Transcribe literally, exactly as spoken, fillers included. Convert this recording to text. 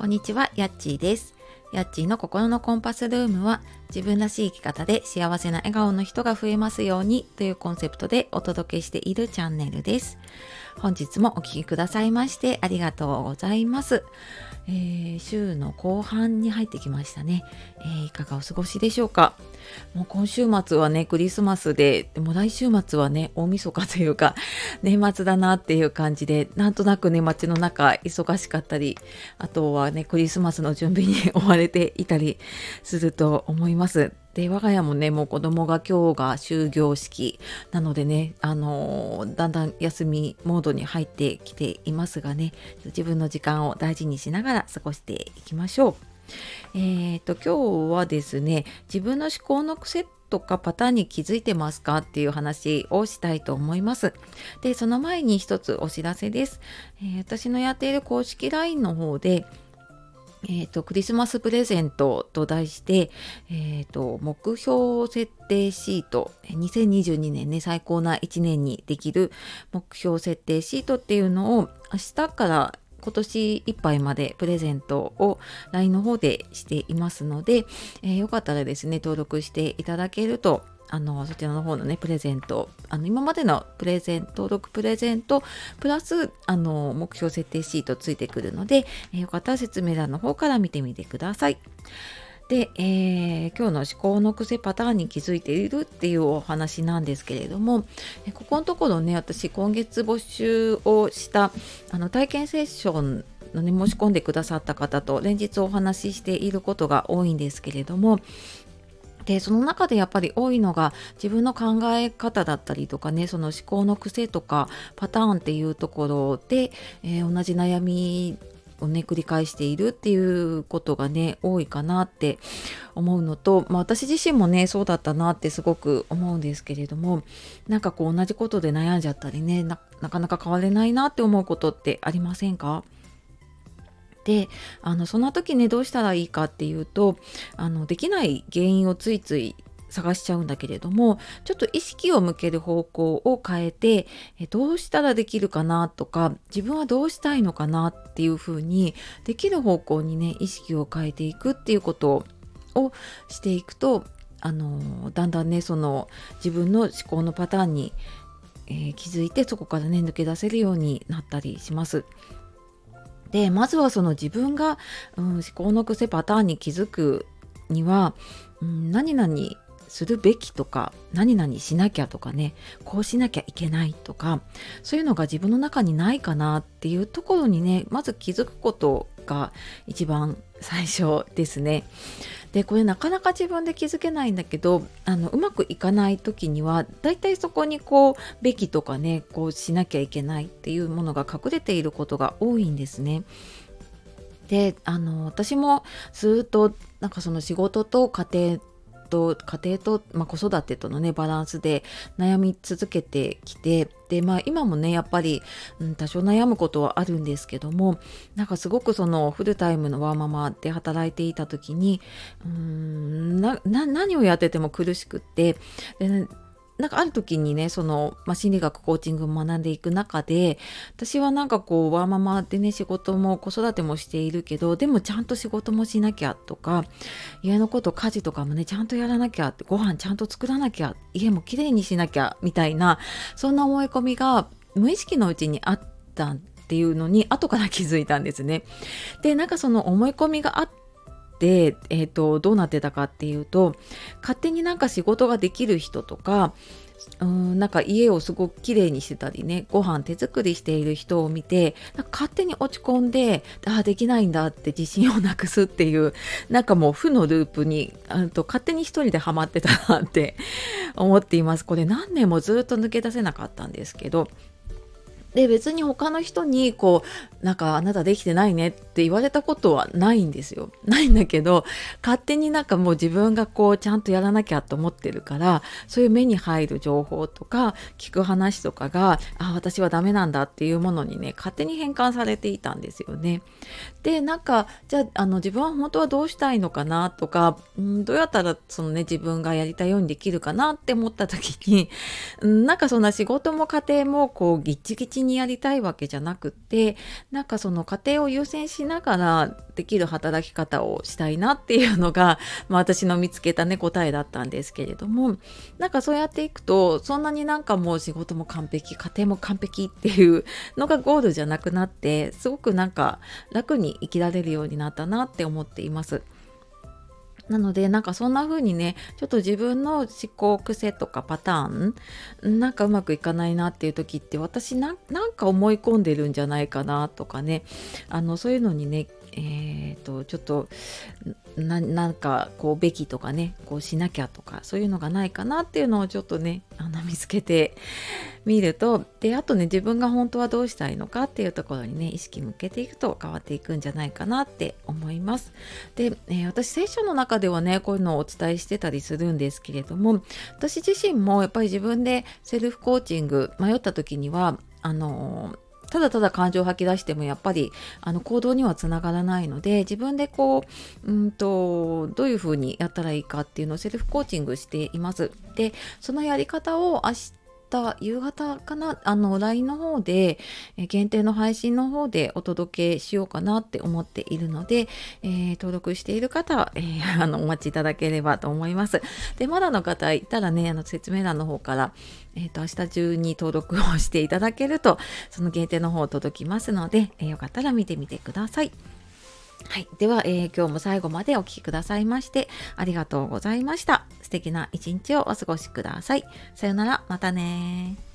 こんにちは、やっちーです。やっちーの心のコンパスルームは、自分らしい生き方で幸せな笑顔の人が増えますようにというコンセプトでお届けしているチャンネルです。本日もお聞きくださいましてありがとうございます。えー、週の後半に入ってきましたね、えー、いかがお過ごしでしょうか。もう今週末はねクリスマスで、もう来週末はね大晦日というか年末だなっていう感じで、なんとなくね街の中忙しかったり、あとはねクリスマスの準備に追われていたりすると思います。で、我が家もねもう子供が今日が終業式なのでね、あのーだんだん休みモードに入ってきていますがね、自分の時間を大事にしながら過ごしていきましょう。えーと今日はですね、自分の思考の癖とかパターンに気づいてますかっていう話をしたいと思います。で、その前に一つお知らせです。えー私のやっている公式 ライン の方でえーと、クリスマスプレゼントと題して、えーと、目標設定シート、にせんにじゅうにねんね、最高ないちねんにできる目標設定シートっていうのを明日から今年いっぱいまでプレゼントを ライン の方でしていますので、えーよかったらですね、登録していただけると、あのそちらの方のねプレゼント、あの今までのプレゼン登録プレゼントプラスあの目標設定シートついてくるので、えーよかったら説明欄の方から見てみてください。で、えー今日の思考の癖パターンに気づいているっていうお話なんですけれども、えここのところね、私今月募集をしたあの体験セッションのね申し込んでくださった方と連日お話ししていることが多いんですけれども、でその中でやっぱり多いのが自分の考え方だったりとかね、その思考の癖とかパターンっていうところで、えー同じ悩みをね繰り返しているっていうことがね多いかなって思うのと、まあ、私自身もねそうだったなってすごく思うんですけれども、なんかこう同じことで悩んじゃったりね、な、なかなか変われないなって思うことってありませんか？で、あのそんな時ねどうしたらいいかっていうと、あのできない原因をついつい探しちゃうんだけれども、ちょっと意識を向ける方向を変えて、えどうしたらできるかなとか、自分はどうしたいのかなっていうふうにできる方向にね意識を変えていくっていうことをしていくと、あのだんだんねその自分の思考のパターンに、えー気づいて、そこからね抜け出せるようになったりします。で、まずはその自分が、うん、思考の癖パターンに気づくには、うん、何々するべきとか、何々しなきゃとかね、こうしなきゃいけないとか、そういうのが自分の中にないかなっていうところにね、まず気づくことが一番最初ですね。で、これなかなか自分で気づけないんだけど、あのうまくいかない時にはだいたいそこにこうべきとかね、こうしなきゃいけないっていうものが隠れていることが多いんですね。で、あの私もずっとなんかその仕事と家庭と家庭と、まあ、子育てとのねバランスで悩み続けてきて、で、まあ、今もねやっぱり、うん、多少悩むことはあるんですけども、なんかすごくそのフルタイムのワーママで働いていた時に、うーんなな何をやってても苦しくって、でなんかある時にね、その、まあ、心理学コーチングを学んでいく中で、私はなんかこうワーママでね仕事も子育てもしているけど、でもちゃんと仕事もしなきゃとか、家のこと家事とかもねちゃんとやらなきゃって、ご飯ちゃんと作らなきゃ、家もきれいにしなきゃみたいな、そんな思い込みが無意識のうちにあったっていうのに後から気づいたんですね。で、なんかその思い込みがあってで、えーと、どうなってたかっていうと、勝手になんか仕事ができる人とか、うーんなんか家をすごく綺麗にしてたりね、ご飯手作りしている人を見て、なんか勝手に落ち込んで、ああできないんだって自信をなくすっていう、なんかもう負のループにあと勝手に一人でハマってたなって思っています。これ何年もずっと抜け出せなかったんですけど、で別に他の人にこうなんかあなたできてないねって言われたことはないんですよ。ないんだけど、勝手になんかもう自分がこうちゃんとやらなきゃと思ってるから、そういう目に入る情報とか聞く話とかが、あ私はダメなんだっていうものにね勝手に変換されていたんですよね。で、なんかじゃあ、あの自分は本当はどうしたいのかなとか、うん、どうやったらそのね自分がやりたいようにできるかなって思った時に、うん、なんかそんな仕事も家庭もこうギッチギチにやりたいわけじゃなくって、なんかその家庭を優先ししながらできる働き方をしたいなっていうのが、まあ、私の見つけたね答えだったんですけれども、なんかそうやっていくとそんなになんかもう仕事も完璧、家庭も完璧っていうのがゴールじゃなくなって、すごくなんか楽に生きられるようになったなって思っています。なのでなんかそんな風にね、ちょっと自分の思考癖とかパターンなんかうまくいかないなっていう時って、私なんなんか思い込んでるんじゃないかなとかね、あのそういうのにね、えー、とちょっとななんかこうべきとかね、こうしなきゃとかそういうのがないかなっていうのをちょっとね、あの見つけてみると、であとね、自分が本当はどうしたいのかっていうところにね意識向けていくと変わっていくんじゃないかなって思います。で、えー私聖書の中ではねこういうのをお伝えしてたりするんですけれども、私自身もやっぱり自分でセルフコーチング迷った時にはあのーただただ感情を吐き出してもやっぱりあの行動にはつながらないので、自分でこう、うんとどういうふうにやったらいいかっていうのをセルフコーチングしています。でそのやり方を明日夕方かな、あの ライン の方でえー限定の配信の方でお届けしようかなって思っているので、えー登録している方は、えーあのお待ちいただければと思います。でまだの方いたらね、あの説明欄の方から、えーと明日中に登録をしていただけるとその限定の方届きますので、えーよかったら見てみてください。はい、では、えー今日も最後までお聞きくださいましてありがとうございました。素敵な一日をお過ごしください。さよなら、またね。